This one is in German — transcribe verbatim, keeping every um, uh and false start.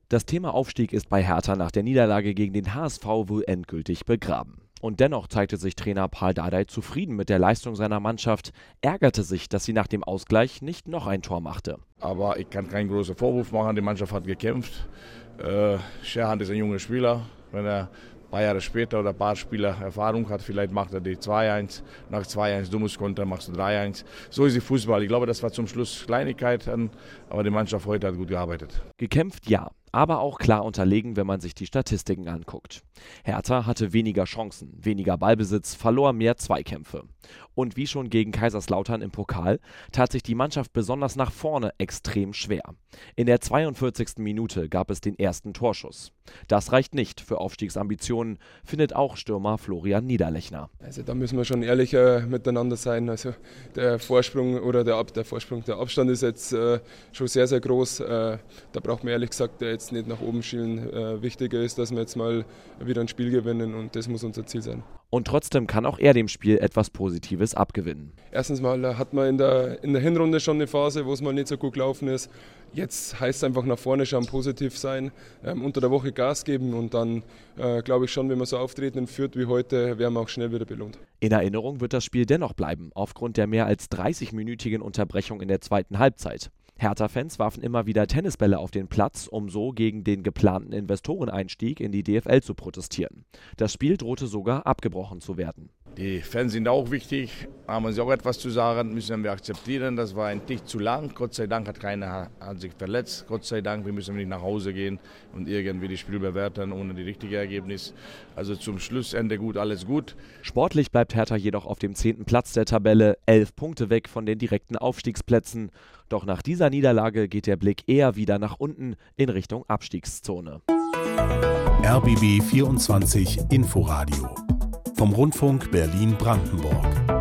Das Thema Aufstieg ist bei Hertha nach der Niederlage gegen den H S V wohl endgültig begraben. Und dennoch zeigte sich Trainer Paul Dardai zufrieden mit der Leistung seiner Mannschaft, ärgerte sich, dass sie nach dem Ausgleich nicht noch ein Tor machte. Aber ich kann keinen großen Vorwurf machen, die Mannschaft hat gekämpft. Äh, Scherhan ist ein junger Spieler, wenn er ein paar Jahre später oder ein paar Spieler Erfahrung hat, vielleicht macht er die zwei eins, nach zwei eins dummes Konter machst du drei eins. So ist die Fußball. Ich glaube, das war zum Schluss Kleinigkeit, aber die Mannschaft heute hat gut gearbeitet. Gekämpft ja, aber auch klar unterlegen, wenn man sich die Statistiken anguckt. Hertha hatte weniger Chancen, weniger Ballbesitz, verlor mehr Zweikämpfe. Und wie schon gegen Kaiserslautern im Pokal tat sich die Mannschaft besonders nach vorne extrem schwer. In der zweiundvierzigsten Minute gab es den ersten Torschuss. Das reicht nicht für Aufstiegsambitionen, findet auch Stürmer Florian Niederlechner. Also da müssen wir schon ehrlich äh, miteinander sein. Also der Vorsprung oder der, Ab- der Vorsprung, der Abstand ist jetzt äh, schon sehr, sehr groß. Äh, da braucht man ehrlich gesagt jetzt nicht nach oben schielen. Äh, wichtiger ist, dass wir jetzt mal wieder ein Spiel gewinnen und das muss unser Ziel sein. Und trotzdem kann auch er dem Spiel etwas Positives abgewinnen. Erstens mal hat man in der, in der Hinrunde schon eine Phase, wo es mal nicht so gut gelaufen ist. Jetzt heißt es einfach nach vorne schauen, positiv sein, ähm, unter der Woche Gas geben und dann äh, glaube ich schon, wenn wir so auftreten in Fürth wie heute, werden wir auch schnell wieder belohnt. In Erinnerung wird das Spiel dennoch bleiben, aufgrund der mehr als dreißigminütigen Unterbrechung in der zweiten Halbzeit. Hertha-Fans warfen immer wieder Tennisbälle auf den Platz, um so gegen den geplanten Investoreneinstieg in die D F L zu protestieren. Das Spiel drohte sogar abgebrochen zu werden. Die Fans sind auch wichtig, haben sie auch etwas zu sagen, müssen wir akzeptieren. Das war ein Tick zu lang, Gott sei Dank hat keiner hat sich verletzt, Gott sei Dank, wir müssen nicht nach Hause gehen und irgendwie das Spiel bewerten ohne die richtige Ergebnis. Also zum Schlussende gut, alles gut. Sportlich bleibt Hertha jedoch auf dem zehnten Platz der Tabelle, elf Punkte weg von den direkten Aufstiegsplätzen. Doch nach dieser Niederlage geht der Blick eher wieder nach unten in Richtung Abstiegszone. R B B vierundzwanzig Inforadio vom Rundfunk Berlin-Brandenburg.